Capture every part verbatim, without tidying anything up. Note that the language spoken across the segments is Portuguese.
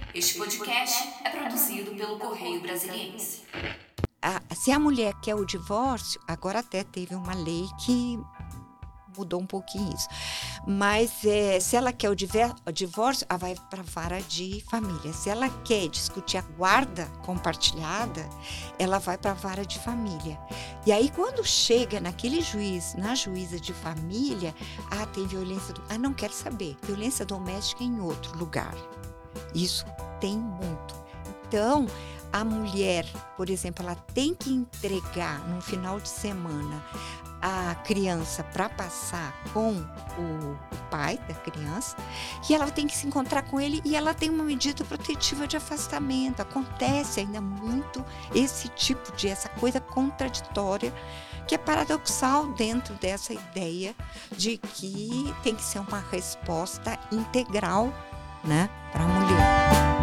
Este podcast é produzido pelo Correio Brasiliense. A, se a mulher quer o divórcio, agora até teve uma lei que mudou um pouquinho isso. Mas é, se ela quer o, diver, o divórcio, ela vai para a vara de família. Se ela quer discutir a guarda compartilhada, ela vai para a vara de família. E aí, quando chega naquele juiz, na juíza de família, ah, tem violência, do... ah, não quero saber, violência doméstica em outro lugar. Isso tem muito. Então, a mulher, por exemplo, ela tem que entregar no final de semana a criança para passar com o, o pai da criança, e ela tem que se encontrar com ele e ela tem uma medida protetiva de afastamento. Acontece ainda muito esse tipo de, essa coisa contraditória, que é paradoxal dentro dessa ideia de que tem que ser uma resposta integral, né, para a mulher.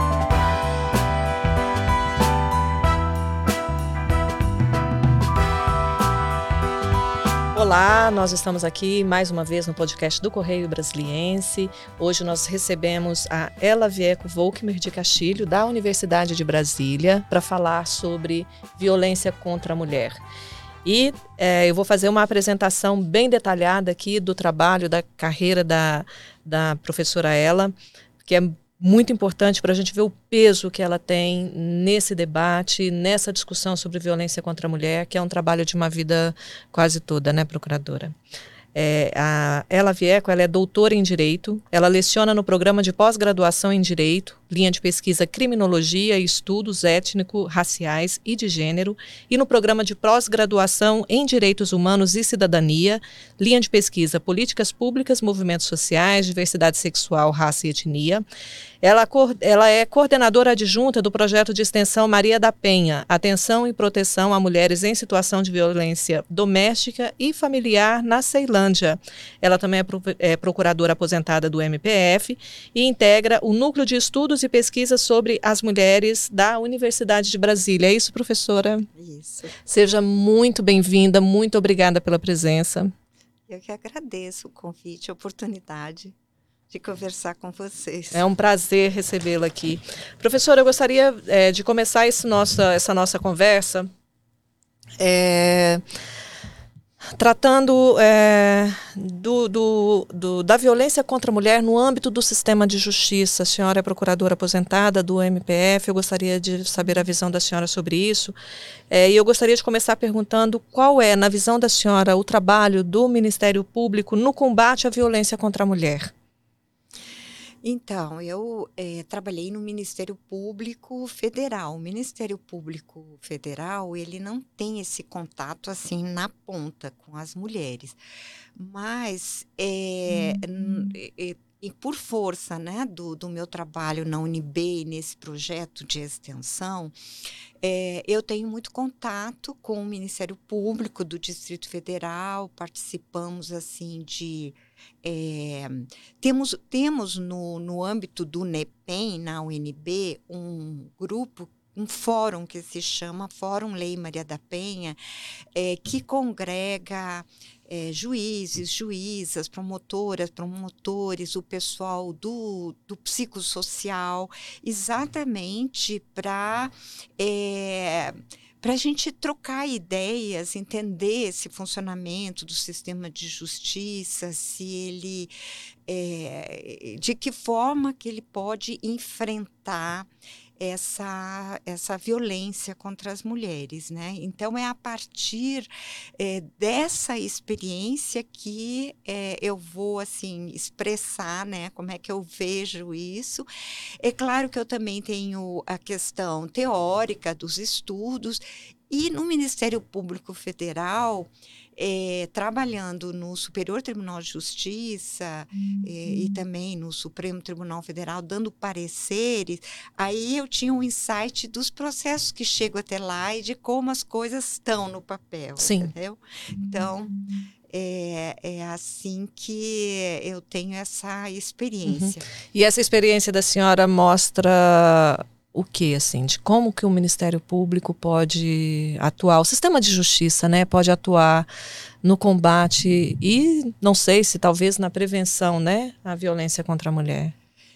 Olá, nós estamos aqui mais uma vez no podcast do Correio Brasiliense. Hoje nós recebemos a Ela Vieco Volkmer de Castilho, da Universidade de Brasília, para falar sobre violência contra a mulher. E é, eu vou fazer uma apresentação bem detalhada aqui do trabalho, da carreira da, da professora Ela, que é muito importante para a gente ver o peso que ela tem nesse debate, nessa discussão sobre violência contra a mulher, que é um trabalho de uma vida quase toda, né, procuradora? É, a Ela Vieco, ela é doutora em Direito, ela leciona no programa de pós-graduação em Direito, linha de pesquisa Criminologia e Estudos Étnico-Raciais e de Gênero, e no programa de pós-graduação em Direitos Humanos e Cidadania, linha de pesquisa Políticas Públicas, Movimentos Sociais, Diversidade Sexual, Raça e Etnia. Ela, ela é coordenadora adjunta do projeto de extensão Maria da Penha, Atenção e Proteção a Mulheres em Situação de Violência Doméstica e Familiar na Ceilândia. Ela também é, pro, é procuradora aposentada do M P F e integra o Núcleo de Estudos e Pesquisas sobre as Mulheres da Universidade de Brasília. É isso, professora? Isso. Seja muito bem-vinda, muito obrigada pela presença. Eu que agradeço o convite, a oportunidade de conversar com vocês. É um prazer recebê-la aqui. Professora, eu gostaria é, de começar esse nossa, essa nossa conversa é, tratando é, do, do, do, da violência contra a mulher no âmbito do sistema de justiça. A senhora é procuradora aposentada do M P F, eu gostaria de saber a visão da senhora sobre isso. É, e eu gostaria de começar perguntando qual é, na visão da senhora, o trabalho do Ministério Público no combate à violência contra a mulher. Então, eu é, trabalhei no Ministério Público Federal. O Ministério Público Federal, ele não tem esse contato assim na ponta com as mulheres, mas é, uhum. e, e por força, né, do, do meu trabalho na U N B e nesse projeto de extensão, é, eu tenho muito contato com o Ministério Público do Distrito Federal, participamos assim de... É, temos temos no, no âmbito do NEPEM, na U N B, um grupo, um fórum que se chama Fórum Lei Maria da Penha, é, que congrega é, juízes, juízas, promotoras, promotores, o pessoal do, do psicossocial, exatamente para... É, para a gente trocar ideias, entender esse funcionamento do sistema de justiça, se ele, é, de que forma que ele pode enfrentar essa, essa violência contra as mulheres, né? Então, é a partir é, dessa experiência que é, eu vou, assim, expressar, né, como é que eu vejo isso. É claro que eu também tenho a questão teórica dos estudos, e no Ministério Público Federal, é, trabalhando no Superior Tribunal de Justiça uhum. é, e também no Supremo Tribunal Federal, dando pareceres, aí eu tinha um insight dos processos que chegam até lá e de como as coisas estão no papel, Sim. Entendeu? Então, é, é assim que eu tenho essa experiência. Uhum. E essa experiência da senhora mostra... o que, assim, de como que o Ministério Público pode atuar, o sistema de justiça, né, pode atuar no combate e, não sei se talvez na prevenção, né, à violência contra a mulher?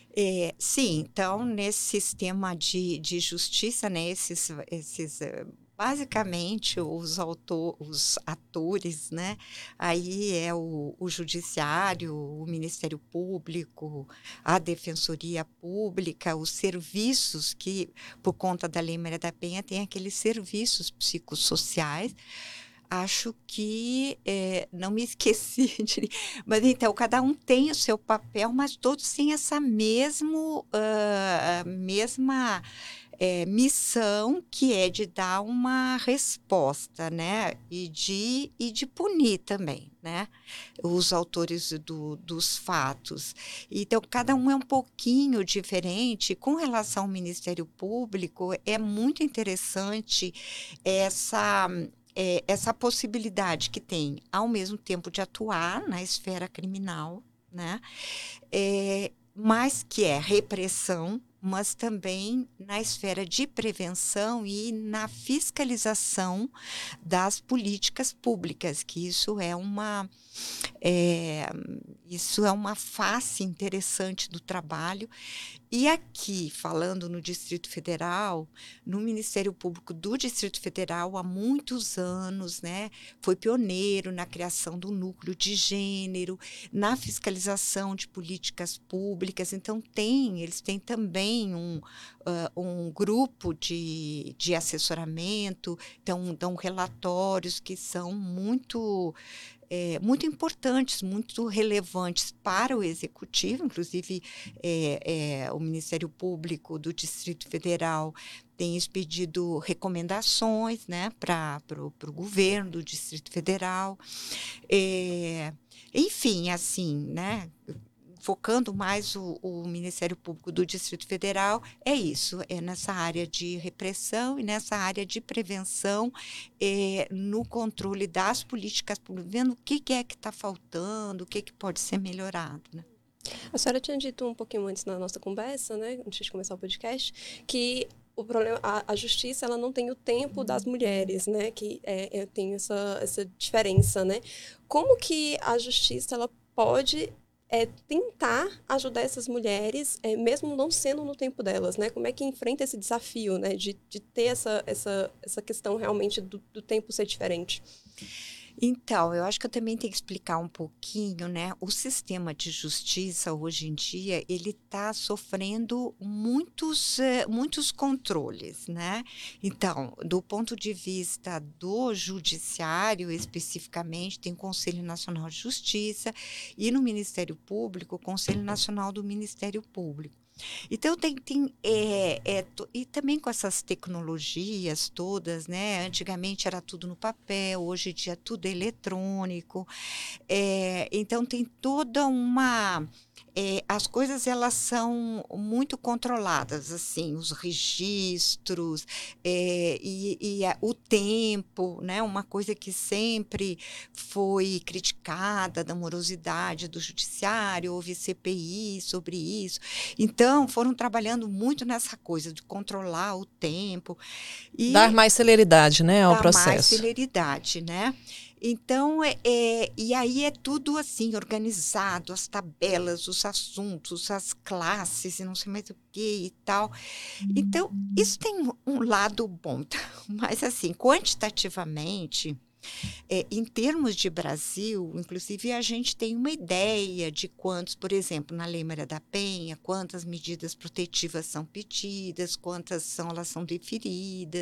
É, sim, então, nesse sistema de, de justiça, né, esses, esses, eh, basicamente, os, autor, os atores, né, aí é o, o judiciário, o Ministério Público, a Defensoria Pública, os serviços que, por conta da Lei Maria da Penha, tem aqueles serviços psicossociais. Acho que, é, não me esqueci, de, mas então, cada um tem o seu papel, mas todos têm essa mesmo, uh, mesma é, missão, que é de dar uma resposta, né? E de, e de punir também, né? Os autores do, dos fatos. Então, cada um é um pouquinho diferente. Com relação ao Ministério Público, é muito interessante essa... É, essa possibilidade que tem, ao mesmo tempo, de atuar na esfera criminal, né? É, mas que é repressão, mas também na esfera de prevenção e na fiscalização das políticas públicas, que isso é uma, é, isso é uma face interessante do trabalho. E aqui, falando no Distrito Federal, no Ministério Público do Distrito Federal, há muitos anos, né, foi pioneiro na criação do núcleo de gênero, na fiscalização de políticas públicas. Então, tem, eles têm também um, uh, um grupo de, de assessoramento, então, dão relatórios que são muito... É, muito importantes, muito relevantes para o Executivo, inclusive é, é, o Ministério Público do Distrito Federal tem expedido recomendações, né, para o governo do Distrito Federal. É, enfim, assim, né, focando mais o, o Ministério Público do Distrito Federal, é isso, é nessa área de repressão e nessa área de prevenção, é, no controle das políticas públicas, vendo o que, que é que está faltando, o que, que pode ser melhorado, né? A senhora tinha dito um pouquinho antes na nossa conversa, né, antes de começar o podcast, que o problema, a, a justiça, ela não tem o tempo das mulheres, né, que é, é, tem essa, essa diferença, né? Como que a justiça, ela pode... É tentar ajudar essas mulheres, é, mesmo não sendo no tempo delas, né? Como é que enfrenta esse desafio, né? De, de ter essa, essa, essa questão realmente do, do tempo ser diferente? Então, eu acho que eu também tenho que explicar um pouquinho, né? O sistema de justiça, hoje em dia, ele está sofrendo muitos, eh, muitos controles, né? Então, do ponto de vista do judiciário, especificamente, tem o Conselho Nacional de Justiça e no Ministério Público, o Conselho Nacional do Ministério Público. Então, tem, tem é, é, e também com essas tecnologias todas, né? Antigamente era tudo no papel, hoje em dia tudo é eletrônico. É, então, tem toda uma... É, as coisas, elas são muito controladas, assim, os registros é, e, e a, o tempo, né? Uma coisa que sempre foi criticada, da morosidade do judiciário, houve C P I sobre isso. Então, foram trabalhando muito nessa coisa de controlar o tempo. E dar mais celeridade, né, ao dar processo. mais celeridade, né? Então, é, é, e aí é tudo assim, organizado, as tabelas, os assuntos, as classes, e não sei mais o que e tal. Então, isso tem um lado bom, mas assim, quantitativamente, é, em termos de Brasil, inclusive, a gente tem uma ideia de quantos, por exemplo, na Lei Maria da Penha, quantas medidas protetivas são pedidas, quantas são, elas são deferidas.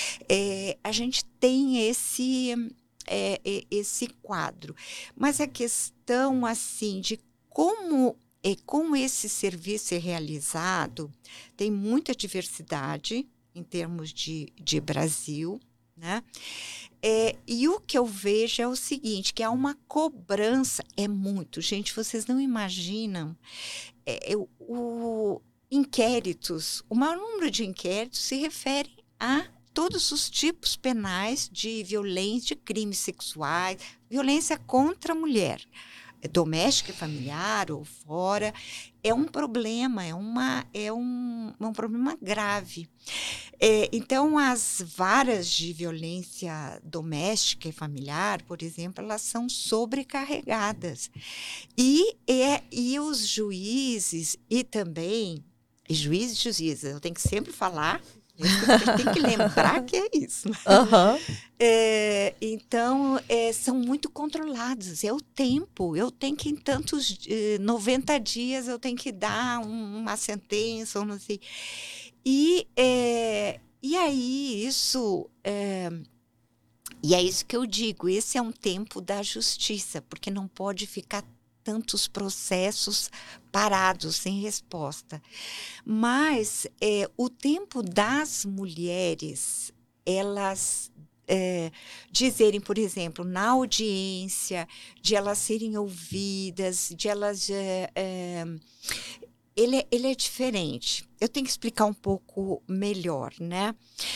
É, a gente tem esse... É, é, esse quadro. Mas a questão, assim, de como, é, como esse serviço é realizado, tem muita diversidade em termos de, de Brasil, né? É, e o que eu vejo é o seguinte, que há uma cobrança, é muito, gente, vocês não imaginam, é, é, o, inquéritos, o maior número de inquéritos se refere a todos os tipos penais de violência, de crimes sexuais, violência contra a mulher, doméstica e familiar ou fora, é um problema, é, uma, é, um, é um problema grave. É, então, as varas de violência doméstica e familiar, por exemplo, elas são sobrecarregadas. E, é, e os juízes, e também, e juízes e juízes, eu tenho que sempre falar, tem que lembrar que é isso. Né? Uhum. É, então, é, são muito controlados. É o tempo. Eu tenho que, em tantos eh, noventa dias, eu tenho que dar um, uma sentença, ou não sei. E, é, e aí, isso... É, e é isso que eu digo. Esse é um tempo da justiça, porque não pode ficar tantos processos parados, sem resposta. Mas é, o tempo das mulheres, elas é, dizerem, por exemplo, na audiência, de elas serem ouvidas, de elas... É, é, ele, é, ele é diferente. Eu tenho que explicar um pouco melhor, né?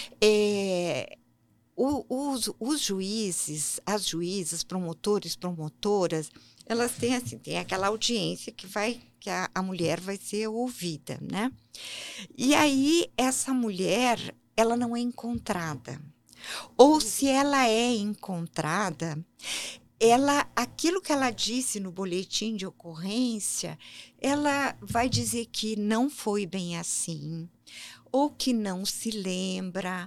É, o, os, os juízes, as juízas, promotores, promotoras, elas têm assim, tem aquela audiência que vai, que a, a mulher vai ser ouvida, né? E aí essa mulher, ela não é encontrada. Ou se ela é encontrada, ela, aquilo que ela disse no boletim de ocorrência, ela vai dizer que não foi bem assim, ou que não se lembra,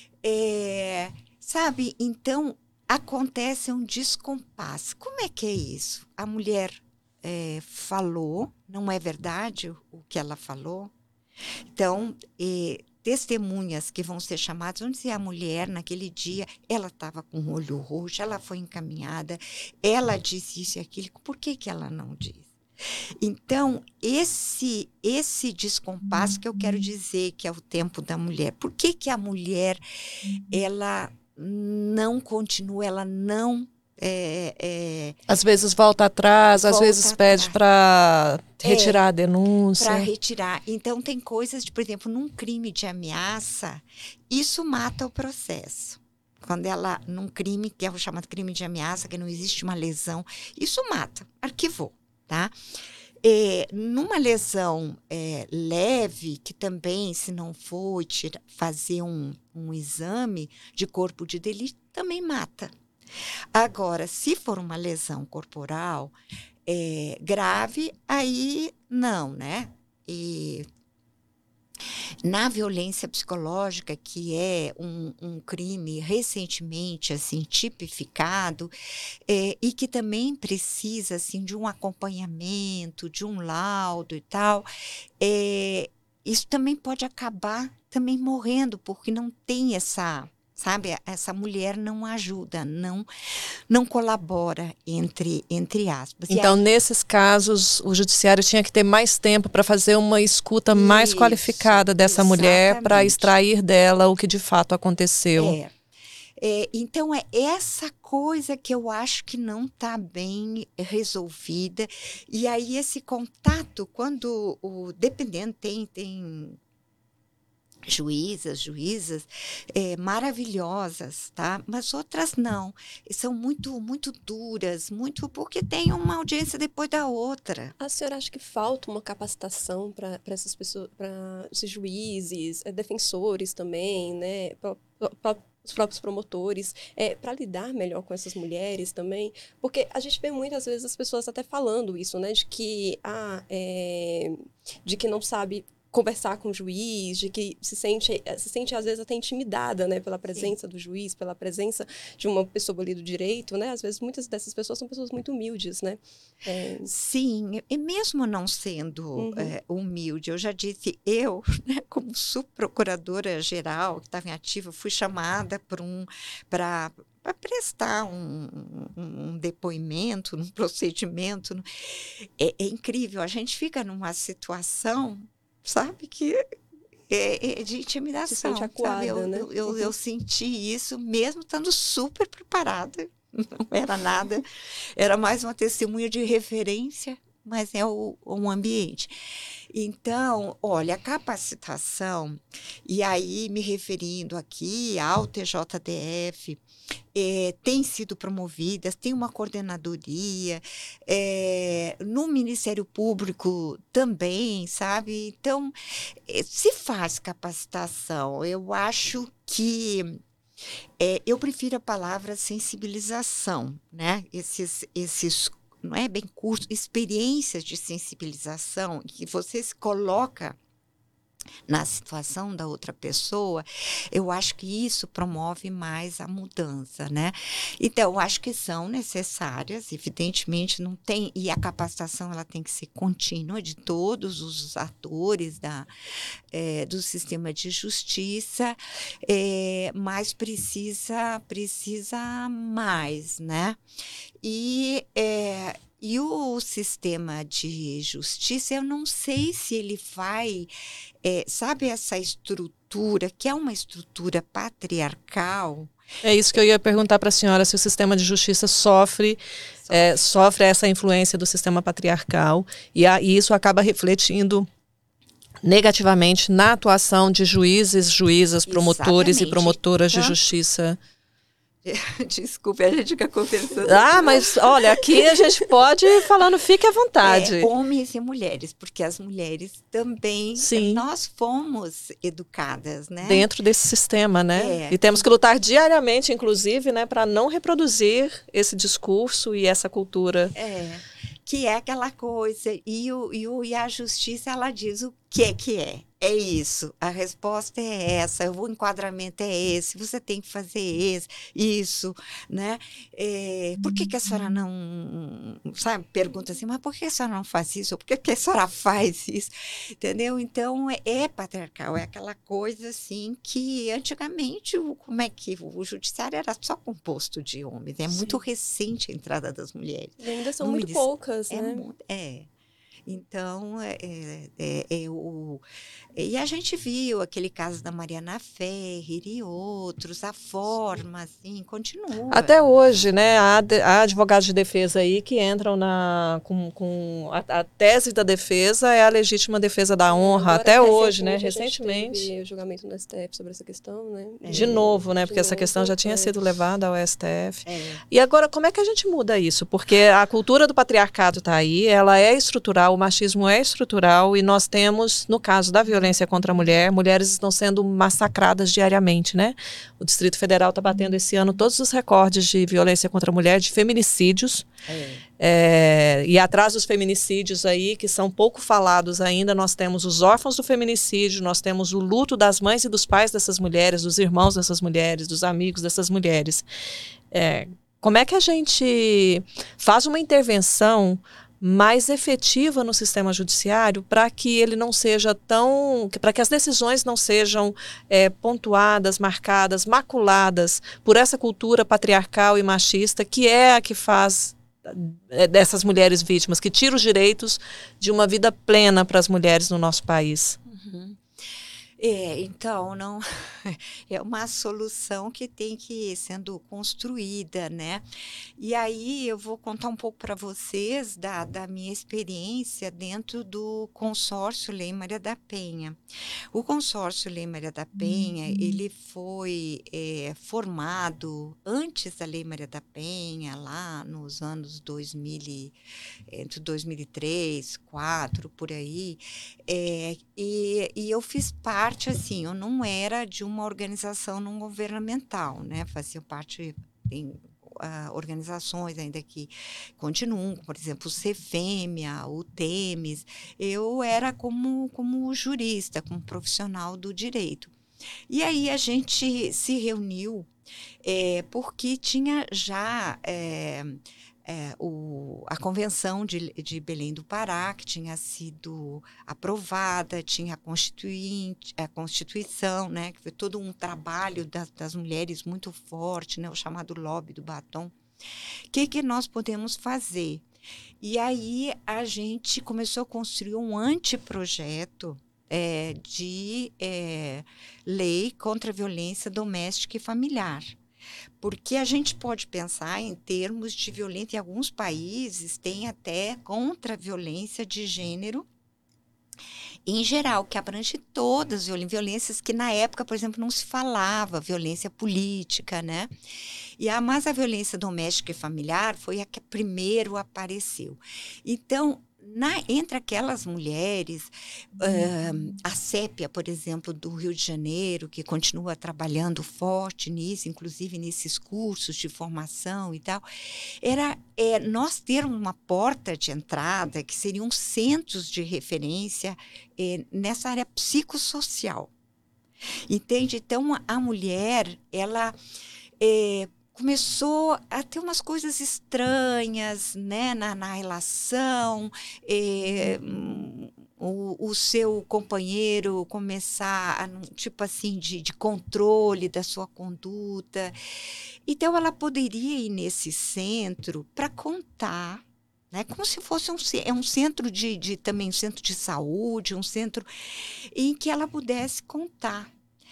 é, sabe? Então acontece um descompasso. Como é que é isso? A mulher é, falou, não é verdade o que ela falou? Então, é, testemunhas que vão ser chamadas, vão dizer a mulher, naquele dia, ela estava com o olho roxo, ela foi encaminhada, ela disse isso e aquilo, por que, que ela não disse? Então, esse, esse descompasso que eu quero dizer que é o tempo da mulher. Por que, que a mulher, ela não continua, ela não... É, é, às vezes volta atrás, volta às vezes pede para retirar é, a denúncia. Para retirar. Então, tem coisas, de, por exemplo, num crime de ameaça, isso mata o processo. Quando ela, num crime, que é o chamado crime de ameaça, que não existe uma lesão, isso mata, arquivou, tá? É, numa lesão é, leve, que também, se não for tira, fazer um, um exame de corpo de delito, também mata. Agora, se for uma lesão corporal é, grave, aí não, né? E na violência psicológica, que é um, um crime recentemente assim, tipificado, é, e que também precisa assim, de um acompanhamento, de um laudo e tal, é, isso também pode acabar também morrendo, porque não tem essa... Sabe, essa mulher não ajuda, não, não colabora, entre, entre aspas. Então, aí, nesses casos, o judiciário tinha que ter mais tempo para fazer uma escuta isso, mais qualificada dessa exatamente. mulher para extrair dela o que de fato aconteceu. É. É, então, é essa coisa que eu acho que não está bem resolvida. E aí, esse contato, quando o dependendo, tem... tem juízas, juízas é, maravilhosas, tá? Mas outras não. São muito, muito duras, muito porque tem uma audiência depois da outra. A senhora acha que falta uma capacitação para essas pessoas, para esses juízes, é, defensores também, né? Pro, pro, os próprios promotores, é, para lidar melhor com essas mulheres também? Porque a gente vê muitas vezes as pessoas até falando isso, né? De que, ah, é, de que não sabe conversar com o juiz, de que se sente, se sente às vezes até intimidada, né, pela presença Sim. do juiz, pela presença de uma pessoa ali do direito, né? Às vezes muitas dessas pessoas são pessoas muito humildes, né? É... Sim, e mesmo não sendo uhum. é, humilde, eu já disse, eu, né, como subprocuradora-geral, que estava em ativa, fui chamada por um, para para prestar um, um, um depoimento, um procedimento. É, é incrível, a gente fica numa situação, sabe, que é, é de intimidação. Se sente acuada, sabe? Eu, né? eu, eu, uhum. eu senti isso mesmo estando super preparada. Não era nada, era mais uma testemunha de referência, mas é o, um ambiente. Então, olha, a capacitação, e aí me referindo aqui ao T J D F, é, tem sido promovidas, tem uma coordenadoria, é, no Ministério Público também, sabe? Então, é, se faz capacitação, eu acho que é, eu prefiro a palavra sensibilização, né? Esses, esses não é bem curso, experiências de sensibilização, que você se coloca na situação da outra pessoa, eu acho que isso promove mais a mudança, né? Então, eu acho que são necessárias, evidentemente, não tem, e a capacitação ela tem que ser contínua de todos os atores da, é, do sistema de justiça, é, mas precisa, precisa mais, né? E é, E o sistema de justiça, eu não sei se ele vai, é, sabe, essa estrutura, que é uma estrutura patriarcal. É isso que eu ia perguntar para a senhora, se o sistema de justiça sofre, sofre. É, sofre essa influência do sistema patriarcal, e, a, e isso acaba refletindo negativamente na atuação de juízes, juízas, promotores Exatamente. E promotoras então, de justiça. Desculpe, a gente fica conversando. Ah, mas olha, aqui a gente pode ir falando, fique à vontade. É, homens e mulheres, porque as mulheres também, Sim. nós fomos educadas, né? Dentro desse sistema, né? É. E temos que lutar diariamente, inclusive, né, para não reproduzir esse discurso e essa cultura. É, que é aquela coisa, e, o, e, o, e a justiça, ela diz o que que é. É isso, a resposta é essa, o enquadramento é esse, você tem que fazer esse, isso, né? É, por que que a senhora não, sabe, pergunta assim, mas por que a senhora não faz isso? Por que que a senhora faz isso? Entendeu? Então, é, é patriarcal, é aquela coisa assim que antigamente, o, como é que o judiciário era só composto de homens, é Sim. muito recente a entrada das mulheres. E ainda são muito poucas, é, né? É. Então, é, é, é, o, e a gente viu aquele caso da Mariana Ferrer e outros, a forma, assim, continua. Até hoje, né, há, há advogados de defesa aí que entram na, com, com a, a tese da defesa é a legítima defesa da honra, Agora, até hoje, né, recentemente. recentemente. Teve o julgamento do S T F sobre essa questão, né? De é, novo, né, de porque novo, essa questão já tinha é. sido levada ao S T F. É. E agora, como é que a gente muda isso? Porque a cultura do patriarcado está aí, ela é estrutural, o machismo é estrutural e nós temos, no caso da violência contra a mulher, mulheres estão sendo massacradas diariamente, né? O Distrito Federal está batendo esse ano todos os recordes de violência contra a mulher, de feminicídios. É. É, e atrás dos feminicídios aí, que são pouco falados ainda, nós temos os órfãos do feminicídio, nós temos o luto das mães e dos pais dessas mulheres, dos irmãos dessas mulheres, dos amigos dessas mulheres. É, como é que a gente faz uma intervenção mais efetiva no sistema judiciário para que ele não seja tão, para que as decisões não sejam é, pontuadas, marcadas, maculadas por essa cultura patriarcal e machista que é a que faz é, dessas mulheres vítimas, que tira os direitos de uma vida plena para as mulheres no nosso país. Uhum. É, então, não é uma solução que tem que ir sendo construída, né? E aí eu vou contar um pouco para vocês da, da minha experiência dentro do consórcio Lei Maria da Penha. O consórcio Lei Maria da Penha, uhum. ele foi é, formado antes da Lei Maria da Penha, lá nos anos dois mil, entre dois mil e três, dois mil e quatro, por aí, é, e, e eu fiz parte parte, assim, eu não era de uma organização não governamental, né? Fazia parte, tem uh, organizações ainda que continuam, por exemplo, o Cefêmea, o Temes. Eu era como, como jurista, como profissional do direito. E aí a gente se reuniu é, porque tinha já... É, É, o, a Convenção de, de Belém do Pará, que tinha sido aprovada, tinha a, Constituinte, a Constituição, né, que foi todo um trabalho das, das mulheres muito forte, né, o chamado lobby do batom. O que, que nós podemos fazer? E aí a gente começou a construir um anteprojeto é, de é, lei contra a violência doméstica e familiar. Porque a gente pode pensar em termos de violência. Em alguns países tem até contra a violência de gênero, em geral, que abrange todas as violências que na época, por exemplo, não se falava, violência política, né? E a, mas a violência doméstica e familiar foi a que primeiro apareceu. Então, Na, entre aquelas mulheres, uh, a Sépia, por exemplo, do Rio de Janeiro, que continua trabalhando forte nisso, inclusive nesses cursos de formação e tal, era é, nós termos uma porta de entrada, que seriam centros de referência é, nessa área psicossocial. Entende? Então, a mulher, ela... É, começou a ter umas coisas estranhas, né, na, na relação, é, o, o seu companheiro começar, a, tipo assim, de, de controle da sua conduta. Então, ela poderia ir nesse centro para contar, né, como se fosse um, é um centro de, de, também um centro de saúde, um centro em que ela pudesse contar.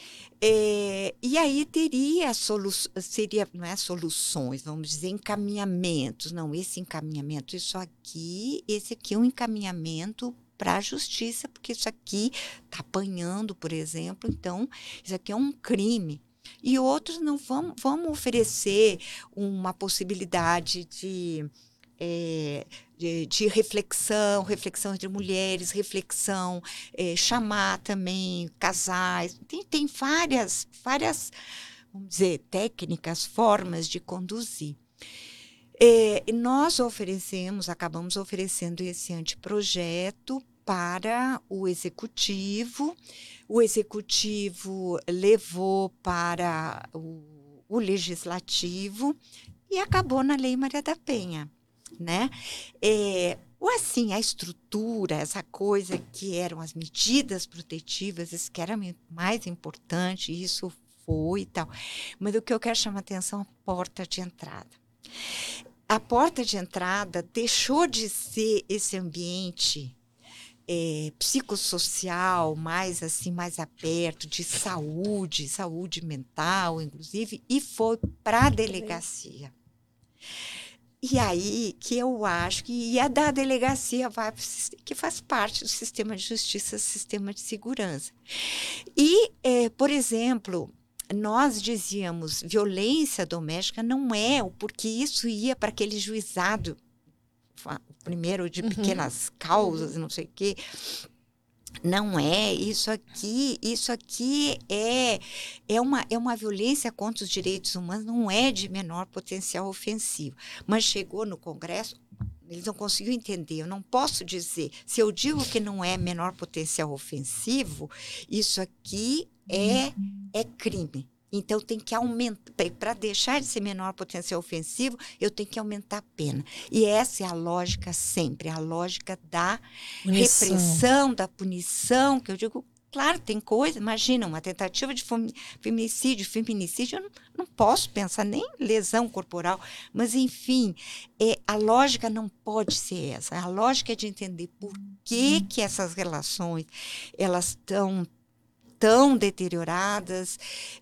É, e aí teria solu seria, não é soluções, vamos dizer, encaminhamentos. Não, esse encaminhamento, isso aqui, esse aqui é um encaminhamento para a justiça, porque isso aqui está apanhando, por exemplo, então isso aqui é um crime. E outros não, vamos, vamos oferecer uma possibilidade de... É, de, de reflexão, reflexão entre mulheres, reflexão, é, chamar também casais. Tem, tem várias, várias, vamos dizer, técnicas, formas de conduzir. É, nós oferecemos, acabamos oferecendo esse anteprojeto para o executivo. O executivo levou para o, o legislativo e acabou na Lei Maria da Penha. Né? É, ou assim, a estrutura, essa coisa que eram as medidas protetivas, isso que era mais importante, isso foi e tal. Mas o que eu quero chamar a atenção é a porta de entrada. A porta de entrada deixou de ser esse ambiente é, psicossocial, mais assim, mais aberto, de saúde, saúde mental, inclusive, e foi para a delegacia. E aí que eu acho que e a da delegacia vai que faz parte do sistema de justiça, sistema de segurança. E, é, por exemplo, nós dizíamos violência doméstica não é, porque isso ia para aquele juizado, primeiro de pequenas uhum. causas, não sei o quê. Não é, isso aqui, isso aqui é, é, uma, é uma violência contra os direitos humanos, não é de menor potencial ofensivo. Mas chegou no Congresso, eles não conseguiram entender. Eu não posso dizer, se eu digo que não é menor potencial ofensivo, isso aqui é, é crime. Então, tem que aumentar, para deixar de ser menor potencial ofensivo, eu tenho que aumentar a pena. E essa é a lógica sempre, a lógica da punição. Repressão, da punição, que eu digo, claro, tem coisa, imagina, uma tentativa de feminicídio, feminicídio, eu não, não posso pensar nem lesão corporal, mas, enfim, é, a lógica não pode ser essa. A lógica é de entender por que, que essas relações, elas estão tão deterioradas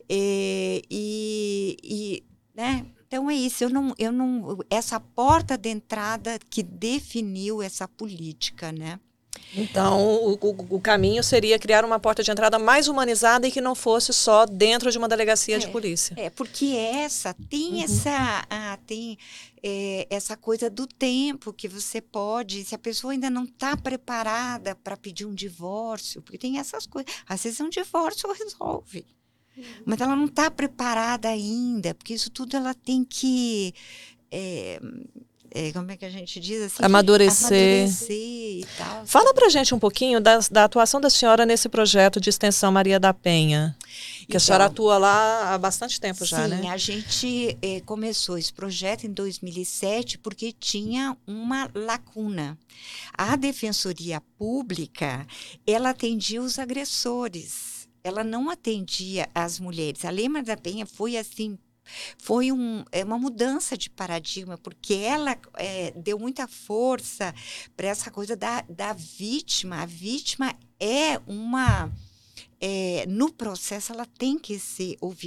e, e, e né? Então é isso, eu não, eu não, essa porta de entrada que definiu essa política, né? Então, o, o, o caminho seria criar uma porta de entrada mais humanizada e que não fosse só dentro de uma delegacia é, de polícia. É, porque essa tem uhum. essa, ah, tem, é, essa coisa do tempo que você pode, se a pessoa ainda não está preparada para pedir um divórcio, porque tem essas coisas, às vezes um divórcio resolve, uhum. mas ela não está preparada ainda, porque isso tudo ela tem que... É, É, como é que a gente diz assim? Amadurecer. Amadurecer e tal. Fala pra gente um pouquinho da, da atuação da senhora nesse projeto de extensão Maria da Penha. Que então, a senhora atua lá há bastante tempo já, sim, né? Sim, a gente eh, começou esse projeto em dois mil e sete porque tinha uma lacuna. A Defensoria Pública, ela atendia os agressores. Ela não atendia as mulheres. A Lei Maria da Penha foi assim... Foi um, é uma mudança de paradigma, porque ela é, deu muita força para essa coisa da, da vítima. A vítima é uma... É, no processo, ela tem que ser ouvida.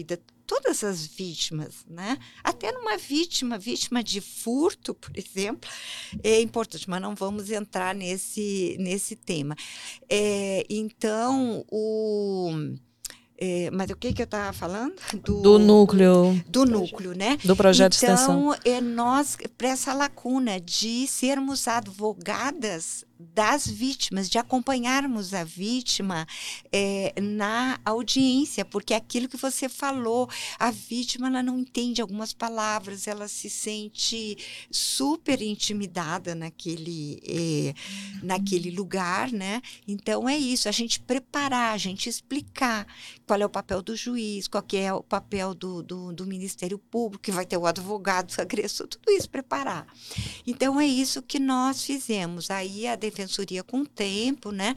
todas as vítimas, né? Até numa vítima, vítima de furto, por exemplo, é importante, mas não vamos entrar nesse, nesse tema. É, então, o... É, mas o que, que eu estava falando? Do, do núcleo. Do núcleo, né? Do projeto de então, extensão. Então, é, nós, para essa lacuna de sermos advogadas das vítimas, de acompanharmos a vítima é, na audiência, porque é aquilo que você falou, a vítima ela não entende algumas palavras, ela se sente super intimidada naquele, é, naquele lugar, né? Então é isso, a gente preparar, a gente explicar qual é o papel do juiz, qual que é o papel do, do, do Ministério Público, que vai ter o advogado, o agressor, tudo isso, preparar. Então é isso que nós fizemos. Aí a defensoria com o tempo, né?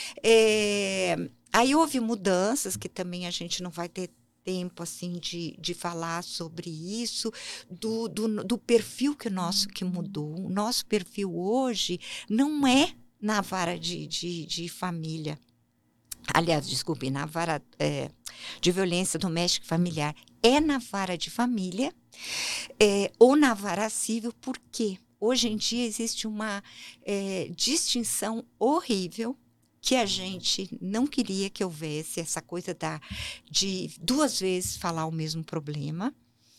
É, aí houve mudanças que também a gente não vai ter tempo assim de, de falar sobre isso, do, do, do perfil que nosso que mudou. O nosso perfil hoje não é na vara de, de, de família. Aliás, desculpe, na vara é, de violência doméstica e familiar. É na vara de família é, ou na vara civil, por quê? Hoje em dia existe uma é, distinção horrível que a gente não queria que houvesse, essa coisa da, de duas vezes falar o mesmo problema.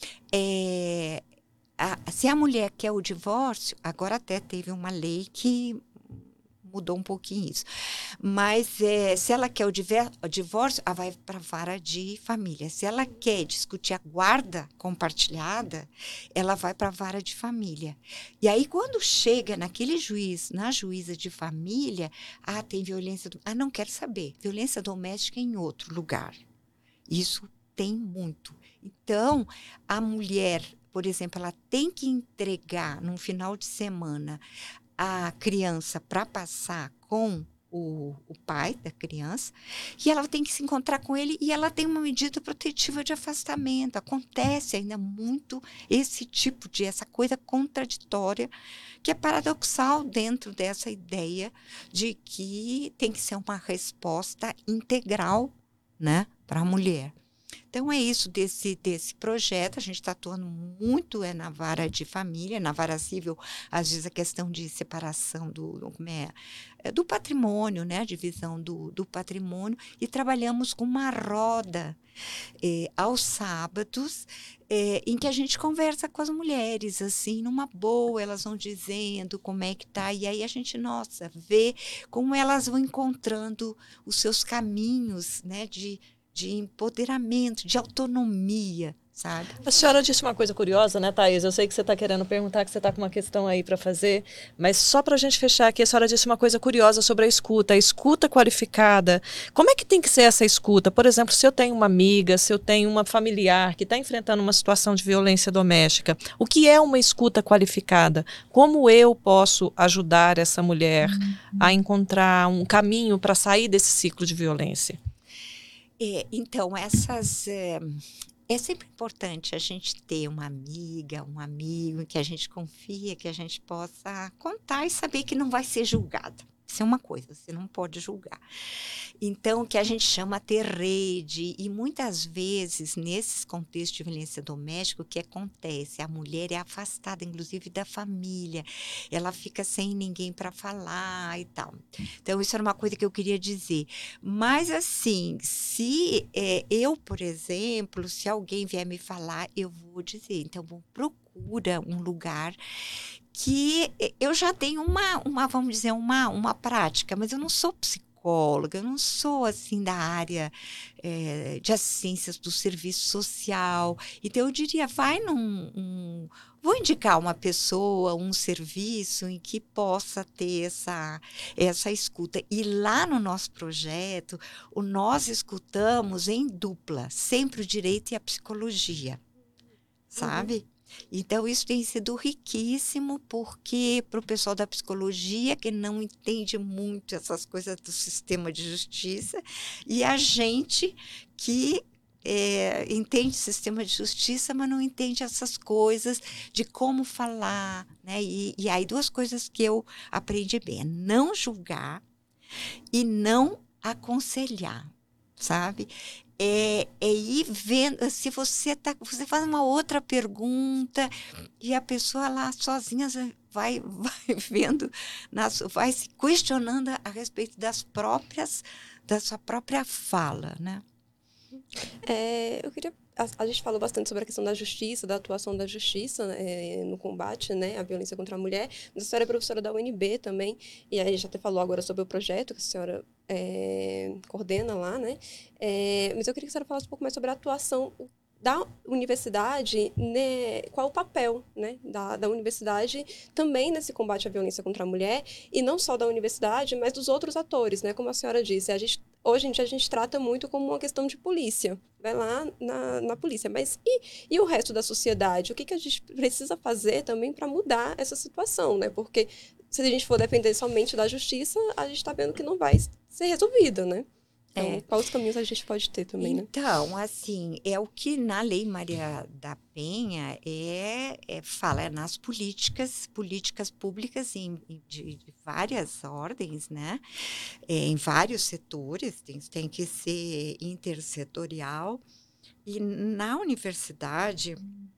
É, a, se a mulher quer o divórcio, agora até teve uma lei que mudou um pouquinho isso. Mas é, se ela quer o, diver, o divórcio, ela vai para a vara de família. Se ela quer discutir a guarda compartilhada, ela vai para a vara de família. E aí, quando chega naquele juiz, na juíza de família, ah, tem violência... Do... Ah, não quero saber. Violência doméstica em outro lugar. Isso tem muito. Então, a mulher, por exemplo, ela tem que entregar, num final de semana, a criança para passar com o, o pai da criança, e ela tem que se encontrar com ele, e ela tem uma medida protetiva de afastamento. Acontece ainda muito esse tipo de, essa coisa contraditória, que é paradoxal dentro dessa ideia de que tem que ser uma resposta integral, né, para a mulher. Então, é isso desse, desse projeto. A gente está atuando muito é, na vara de família, na vara civil, às vezes a questão de separação do, como é, é, do patrimônio, né? A divisão do, do patrimônio, e trabalhamos com uma roda é, aos sábados, é, em que a gente conversa com as mulheres, assim, numa boa, elas vão dizendo como é que tá, e aí a gente, nossa, vê como elas vão encontrando os seus caminhos, né, de de empoderamento, de autonomia, sabe? A senhora disse uma coisa curiosa, né, Thaís? Eu sei que você está querendo perguntar, que você está com uma questão aí para fazer, mas só para a gente fechar aqui, a senhora disse uma coisa curiosa sobre a escuta, a escuta qualificada. Como é que tem que ser essa escuta? Por exemplo, se eu tenho uma amiga, se eu tenho uma familiar que está enfrentando uma situação de violência doméstica, o que é uma escuta qualificada? Como eu posso ajudar essa mulher uhum. a encontrar um caminho para sair desse ciclo de violência? É, então, essas, é, é sempre importante a gente ter uma amiga, um amigo que a gente confia, que a gente possa contar e saber que não vai ser julgada. Isso é uma coisa, você não pode julgar. Então, o que a gente chama ter rede, e muitas vezes, nesses contextos de violência doméstica, o que acontece? A mulher é afastada, inclusive, da família, ela fica sem ninguém para falar e tal. Então, isso era uma coisa que eu queria dizer. Mas, assim, se é, eu, por exemplo, se alguém vier me falar, eu vou dizer, então, procura um lugar que eu já tenho uma, uma vamos dizer, uma, uma prática, mas eu não sou psicóloga, eu não sou, assim, da área é, de assistência do serviço social. Então, eu diria, vai num... Um, vou indicar uma pessoa, um serviço em que possa ter essa, essa escuta. E lá no nosso projeto, o nós escutamos em dupla, sempre o direito e a psicologia, sabe? Uhum. Então, isso tem sido riquíssimo, porque para o pessoal da psicologia, que não entende muito essas coisas do sistema de justiça, e a gente que é, entende o sistema de justiça, mas não entende essas coisas de como falar, né? E, e aí, duas coisas que eu aprendi bem, é não julgar e não aconselhar. sabe? É, é ir vendo, se você tá, você faz uma outra pergunta e a pessoa lá sozinha vai, vai vendo, vai se questionando a respeito das próprias, da sua própria fala, né? É, eu queria, a, a gente falou bastante sobre a questão da justiça, da atuação da justiça é, no combate, né, à violência contra a mulher. Mas a senhora é professora da U N B também, e a gente até falou agora sobre o projeto que a senhora é, coordena lá, né? É, mas eu queria que a senhora falasse um pouco mais sobre a atuação da universidade, né, qual o papel, né, da, da universidade também nesse combate à violência contra a mulher, e não só da universidade, mas dos outros atores, né, como a senhora disse, a gente, hoje em dia a gente trata muito como uma questão de polícia, vai lá na, na polícia, mas e, e o resto da sociedade? O que, que a gente precisa fazer também para mudar essa situação, né, porque se a gente for depender somente da justiça, a gente está vendo que não vai ser resolvida, né? Então, é. Quais caminhos a gente pode ter também, né? Então, assim, é o que na Lei Maria da Penha é, é, fala é nas políticas, políticas públicas em, de, de várias ordens, né? É, em vários setores, tem, tem que ser intersetorial. E na universidade,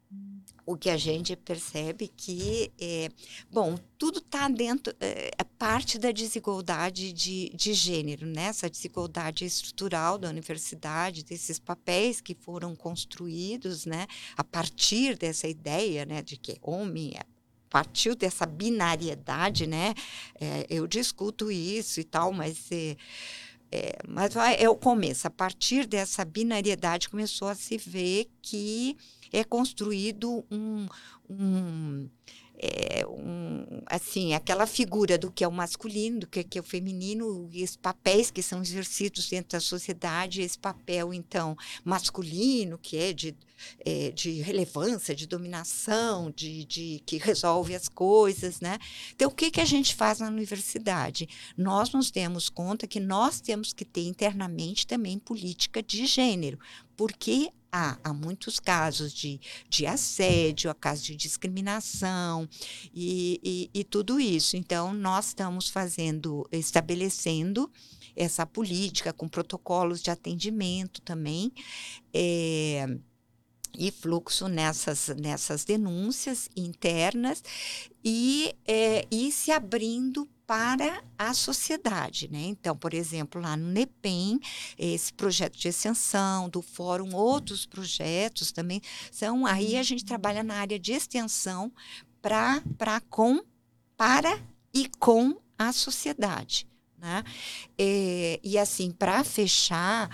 o que a gente percebe que, é, bom, tudo está dentro, é, é parte da desigualdade de, de gênero, né? Essa desigualdade estrutural da universidade, desses papéis que foram construídos, né? A partir dessa ideia, né, de que homem é partiu dessa binariedade, né? É, eu discuto isso e tal, mas... É, É, mas é o começo. A partir dessa binariedade começou a se ver que é construído um, um, é, um assim, aquela figura do que é o masculino, do que é, que é o feminino, e esses papéis que são exercidos dentro da sociedade, esse papel, então, masculino, que é de, é, de relevância, de dominação, de, de, que resolve as coisas, né? Então, o que, que a gente faz na universidade? Nós nos demos conta que nós temos que ter internamente também política de gênero, porque há, há muitos casos de, de assédio, há casos de discriminação e, e, e tudo isso. Então, nós estamos fazendo, estabelecendo essa política com protocolos de atendimento também, é, e fluxo nessas, nessas denúncias internas e, é, e se abrindo para a sociedade, né? Então, por exemplo, lá no NEPEM, esse projeto de extensão, do fórum, outros projetos também são, aí a gente trabalha na área de extensão pra, pra, com, para e com a sociedade, né? É, e assim, para fechar,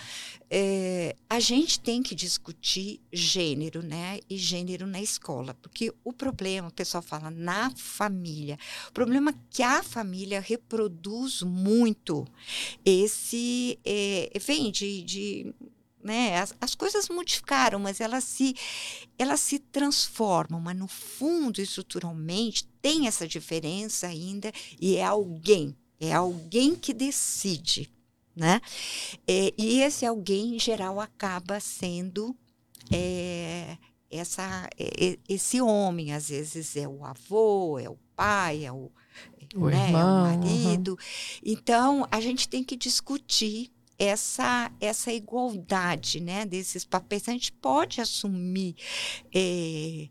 é, a gente tem que discutir gênero, né? E gênero na escola, porque o problema, o pessoal fala na família, o problema é que a família reproduz muito esse, é, vem de, de né? As, as coisas modificaram, mas elas se, elas se transformam, mas no fundo, estruturalmente, tem essa diferença ainda e é alguém, é alguém que decide, né? É, e esse alguém, em geral, acaba sendo é, essa, é, esse homem. Às vezes é o avô, é o pai, é o, o, né, irmão, é o marido. Uhum. Então, a gente tem que discutir essa, essa igualdade, né, desses papéis. A gente pode assumir... É,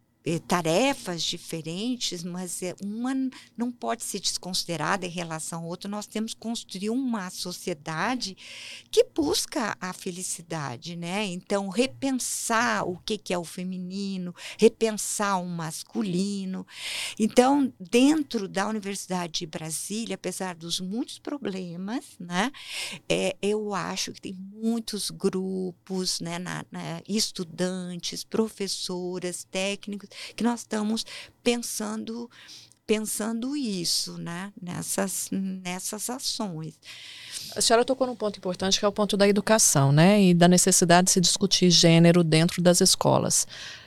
tarefas diferentes, mas uma não pode ser desconsiderada em relação à outra. Nós temos que construir uma sociedade que busca a felicidade, né? Então, repensar o que, que é o feminino, repensar o masculino. Então, dentro da Universidade de Brasília, apesar dos muitos problemas, né, é, eu acho que tem muitos grupos, né, na, na, estudantes, professoras, técnicos, que nós estamos pensando, pensando isso, né? nessas, nessas ações. A senhora tocou num ponto importante, que é o ponto da educação, né? E da necessidade de se discutir gênero dentro das escolas.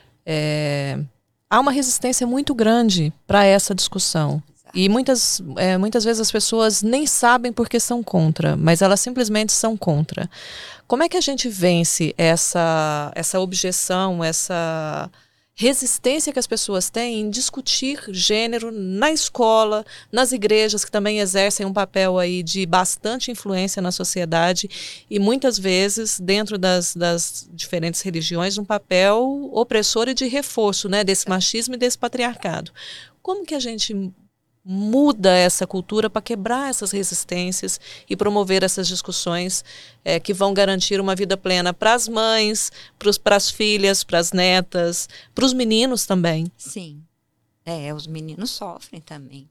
É, há uma resistência muito grande para essa discussão. E muitas, é, muitas vezes as pessoas nem sabem porque são contra, mas elas simplesmente são contra. Como é que a gente vence essa, essa objeção, essa... resistência que as pessoas têm em discutir gênero na escola, nas igrejas, que também exercem um papel aí de bastante influência na sociedade e muitas vezes, dentro das, das diferentes religiões, um papel opressor e de reforço, né, desse machismo e desse patriarcado. Como que a gente muda essa cultura para quebrar essas resistências e promover essas discussões é, que vão garantir uma vida plena para as mães, para as filhas, para as netas, para os meninos também? Sim, é, os meninos sofrem também.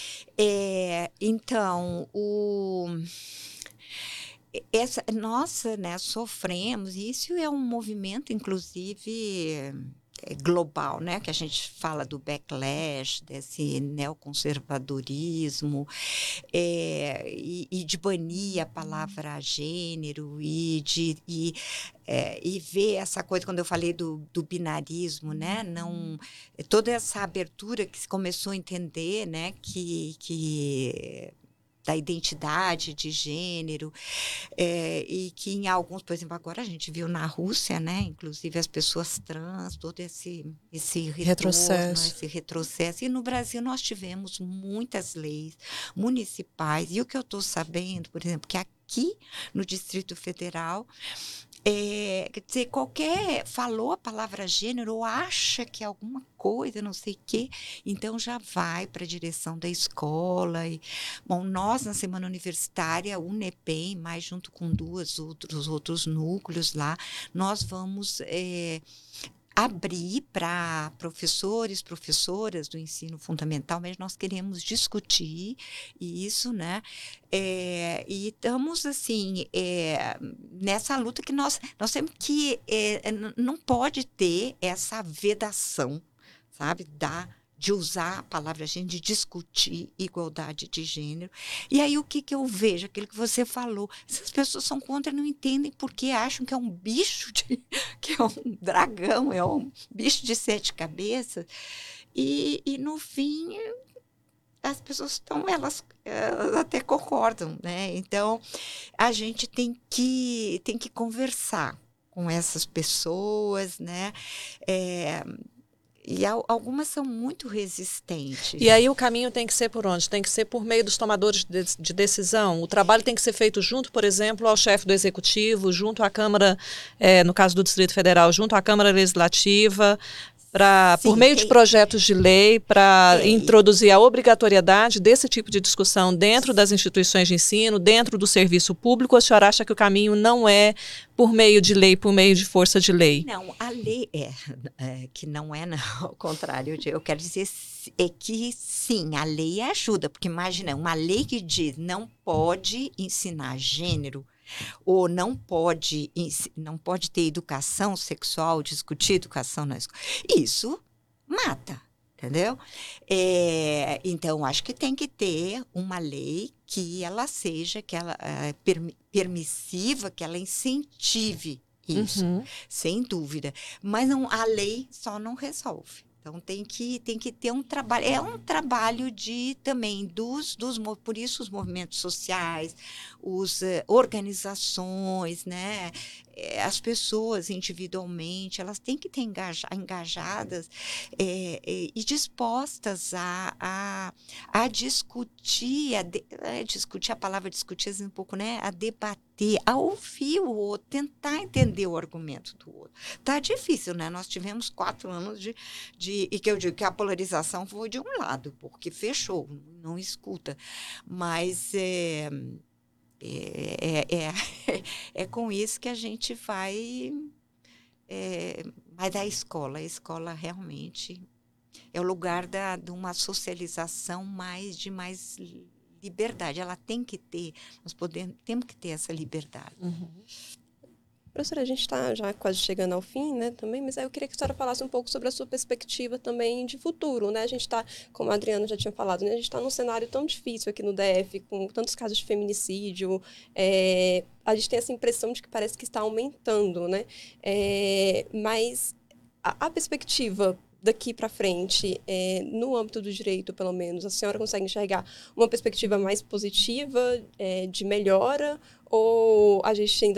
É, então, o... Essa, nossa, né, sofremos, e isso é um movimento, inclusive, global, né, que a gente fala do backlash, desse neoconservadorismo, é, e, e de banir a palavra gênero, e de e, é, e ver essa coisa, quando eu falei do, do binarismo, né, não, toda essa abertura que se começou a entender, né, que... que da identidade de gênero, é, e que em alguns, por exemplo, agora a gente viu na Rússia, né, inclusive as pessoas trans, todo esse, esse retorno, retrocesso. esse retrocesso. E no Brasil nós tivemos muitas leis municipais, e o que eu estou sabendo, por exemplo, que aqui no Distrito Federal, É, quer dizer, qualquer falou a palavra gênero ou acha que é alguma coisa, não sei o quê, então já vai para a direção da escola. E, bom, nós na Semana Universitária, o UNEPEM, mais junto com duas outros, outros núcleos lá, nós vamos... É, abrir para professores, professoras do ensino fundamental, mas nós queremos discutir isso, né? É, e estamos, assim, é, nessa luta que nós, nós temos que... É, não pode ter essa vedação, sabe, da... de usar a palavra gênero, de discutir igualdade de gênero. E aí o que, que eu vejo? Aquilo que você falou. Essas pessoas são contra, não entendem porque acham que é um bicho, de, que é um dragão, é um bicho de sete cabeças. E, e no fim, as pessoas estão, elas, elas até concordam, né? Então, a gente tem que, tem que conversar com essas pessoas, né? É, E algumas são muito resistentes. E aí o caminho tem que ser por onde? Tem que ser por meio dos tomadores de, de decisão? O trabalho tem que ser feito junto, por exemplo, ao chefe do Executivo, junto à Câmara, é, no caso do Distrito Federal, junto à Câmara Legislativa, pra, Sim, por meio tem... de projetos de lei, para introduzir a obrigatoriedade desse tipo de discussão dentro das instituições de ensino, dentro do serviço público. Ou a senhora acha que o caminho não é por meio de lei, por meio de força de lei? Não, a lei é, é que não é, não, ao contrário. Eu quero dizer é que, sim, a lei ajuda, porque imagina, uma lei que diz não pode ensinar gênero, ou não pode, não pode ter educação sexual, discutir educação na escola, isso mata, entendeu? É, então, acho que tem que ter uma lei que ela seja, que ela é, permissiva, que ela incentive isso, uhum. Sem dúvida. Mas não, a lei só não resolve. Então, tem que, tem que ter um trabalho, é um trabalho de, também, dos, dos, por isso os movimentos sociais, as uh, organizações, né? As pessoas individualmente, elas têm que ter engaja, engajadas é, é, e dispostas a, a, a discutir, a, de, a discutir, a palavra discutir é um pouco, né? A debater, a ouvir o outro, tentar entender o argumento do outro. Tá difícil, né? Nós tivemos quatro anos de, de e que eu digo que a polarização foi de um lado, porque fechou, não escuta. Mas é, é, é, é com isso que a gente vai... É, mas a escola, a escola realmente é o lugar da, de uma socialização mais, de mais liberdade. Ela tem que ter, nós podemos, temos que ter essa liberdade. Uhum. Professora, a gente está já quase chegando ao fim, né, também, mas aí eu queria que a senhora falasse um pouco sobre a sua perspectiva também de futuro, né? A gente está, como a Adriana já tinha falado, né, a gente está num cenário tão difícil aqui no D F, com tantos casos de feminicídio, é, a gente tem essa impressão de que parece que está aumentando, né? É, mas a, a perspectiva daqui para frente, é, no âmbito do direito, pelo menos, a senhora consegue enxergar uma perspectiva mais positiva, é, de melhora, ou a gente ainda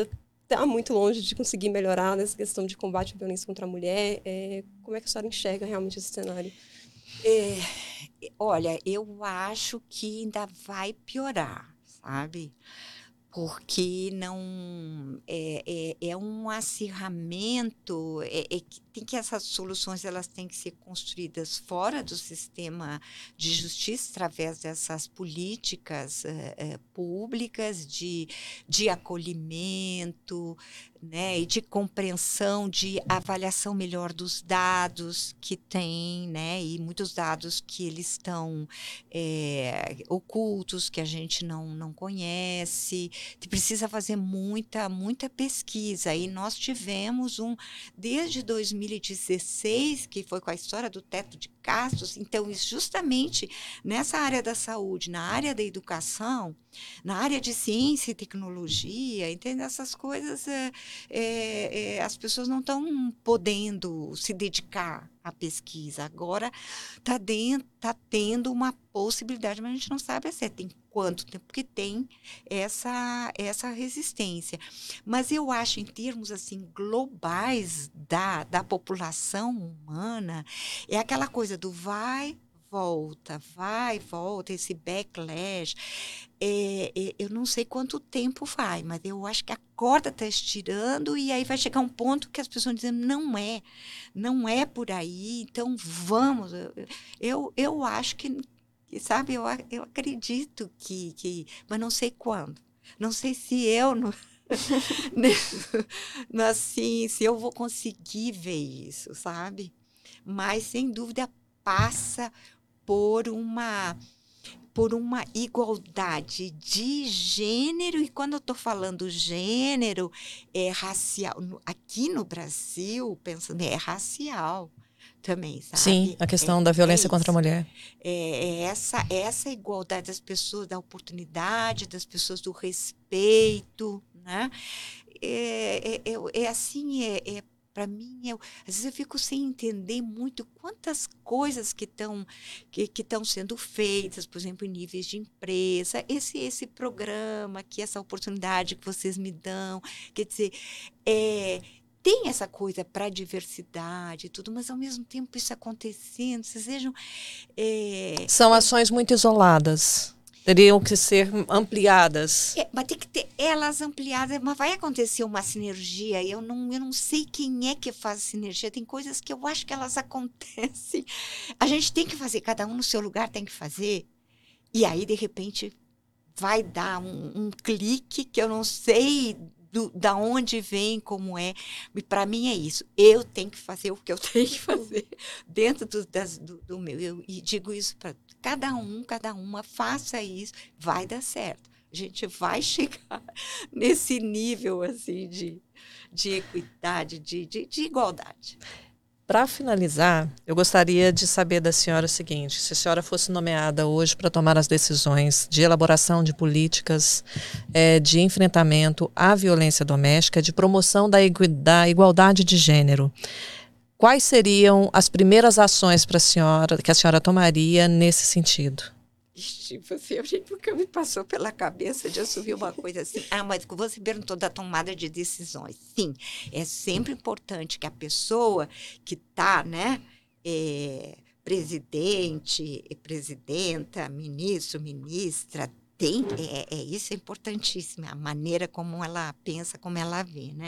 está muito longe de conseguir melhorar nessa questão de combate à violência contra a mulher. É, como é que a senhora enxerga realmente esse cenário? É, olha, eu acho que ainda vai piorar, sabe? Porque não é, é, é um acirramento, é, é que tem que essas soluções elas têm que ser construídas fora do sistema de justiça através dessas políticas é, é, públicas de, de acolhimento, né, e de compreensão, de avaliação melhor dos dados que tem, né, e muitos dados que eles estão é, ocultos, que a gente não, não conhece. Precisa fazer muita, muita pesquisa. E nós tivemos um, desde dois mil e dezesseis, que foi com a história do teto de gastos, então, justamente nessa área da saúde, na área da educação, na área de ciência e tecnologia, entende? Essas coisas, é, é, é, as pessoas não estão podendo se dedicar à pesquisa. Agora está tá tendo uma possibilidade, mas a gente não sabe se tem quanto tempo que tem essa, essa resistência. Mas eu acho, em termos assim globais da, da população humana, é aquela coisa do vai, volta, vai, volta, esse backlash. É, é, eu não sei quanto tempo vai, mas eu acho que a corda está estirando e aí vai chegar um ponto que as pessoas vão dizer, não é, não é por aí, então vamos. Eu, eu acho que, sabe, eu, eu acredito que, que, mas não sei quando. Não sei se eu, não, assim, se eu vou conseguir ver isso, sabe? Mas, sem dúvida, passa por uma, por uma igualdade de gênero, e quando eu estou falando gênero, é racial. Aqui no Brasil, pensando, é racial também, sabe? Sim, a questão é, da violência é contra a mulher. É, é essa, essa igualdade das pessoas, da oportunidade, das pessoas do respeito, né? É, é, é, é assim, é, é para mim, eu, às vezes eu fico sem entender muito quantas coisas que estão que, que estão sendo feitas, por exemplo, em níveis de empresa, esse, esse programa, aqui, essa oportunidade que vocês me dão, quer dizer, é, tem essa coisa para a diversidade e tudo, mas ao mesmo tempo isso acontecendo, vocês vejam... É, São ações muito isoladas. Teriam que ser ampliadas. É, mas tem que ter elas ampliadas, mas vai acontecer uma sinergia. Eu não, eu não sei quem é que faz sinergia. Tem coisas que eu acho que elas acontecem. A gente tem que fazer, cada um no seu lugar tem que fazer. E aí, de repente, vai dar um, um clique que eu não sei do, da onde vem, como é. E para mim é isso. Eu tenho que fazer o que eu tenho que fazer dentro do, das, do, do meu. Eu, e digo isso para cada um, cada uma, faça isso, vai dar certo. A gente vai chegar nesse nível assim de, de equidade, de, de, de igualdade. Para finalizar, eu gostaria de saber da senhora o seguinte: se a senhora fosse nomeada hoje para tomar as decisões de elaboração de políticas é, de enfrentamento à violência doméstica, de promoção da, da igualdade de gênero, quais seriam as primeiras ações para a senhora, que a senhora tomaria nesse sentido? Tipo assim, gente, porque me passou pela cabeça de assumir uma coisa assim. Ah, mas você perguntou da tomada de decisões. Sim, é sempre importante que a pessoa que está, né, é, presidente, presidenta, ministro, ministra, tem, é, é, isso é importantíssimo, a maneira como ela pensa, como ela vê, né?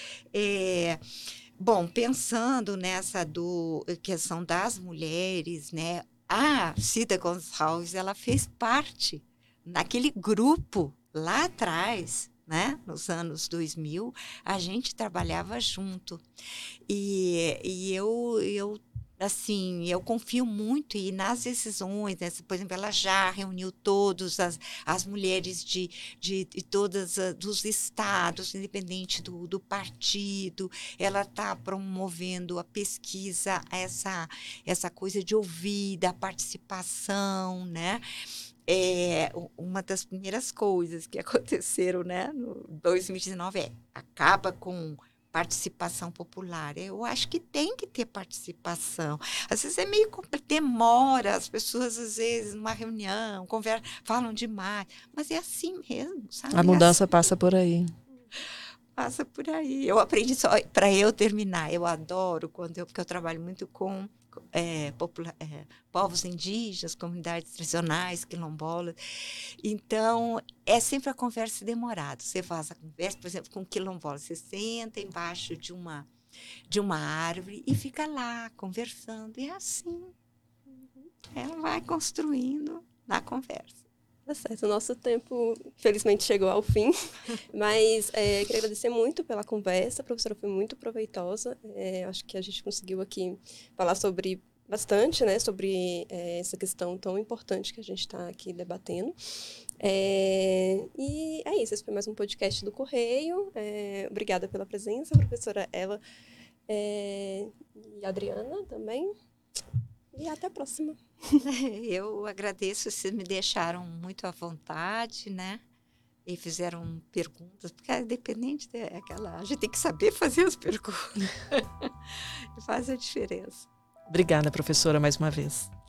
É, bom, pensando nessa do, questão das mulheres, né? A Cida Gonçalves, ela fez parte naquele grupo lá atrás, né? Nos anos dois mil, a gente trabalhava junto. E, e eu, eu, assim, eu confio muito e nas decisões, né? Por exemplo, ela já reuniu todas as, as mulheres de, de, de todos os estados, independente do, do partido. Ela está promovendo a pesquisa, essa, essa coisa de ouvir, da participação, né? É, uma das primeiras coisas que aconteceram, né, no dois mil e dezenove é acaba com participação popular. Eu acho que tem que ter participação. Às vezes é meio demora, as pessoas às vezes numa reunião conversam, falam demais, mas é assim mesmo, sabe? A mudança é assim. passa por aí. passa por aí. Eu aprendi só para eu terminar. Eu adoro quando eu, porque eu trabalho muito com é, popula, é, povos indígenas, comunidades tradicionais, quilombolas. Então, é sempre a conversa demorada. Você faz a conversa, por exemplo, com quilombolas. Você senta embaixo de uma, de uma árvore e fica lá conversando. E é assim. Ela vai construindo na conversa. Tá certo, o nosso tempo, felizmente, chegou ao fim, mas é, queria agradecer muito pela conversa, a professora foi muito proveitosa, é, acho que a gente conseguiu aqui falar sobre bastante, né, sobre é, essa questão tão importante que a gente está aqui debatendo. É, e é isso, esse foi mais um podcast do Correio, é, obrigada pela presença, professora Ela é, e Adriana também, e até a próxima. Eu agradeço, vocês me deixaram muito à vontade, né? E fizeram perguntas, porque é dependente daquela... A gente tem que saber fazer as perguntas. Faz a diferença. Obrigada, professora, mais uma vez.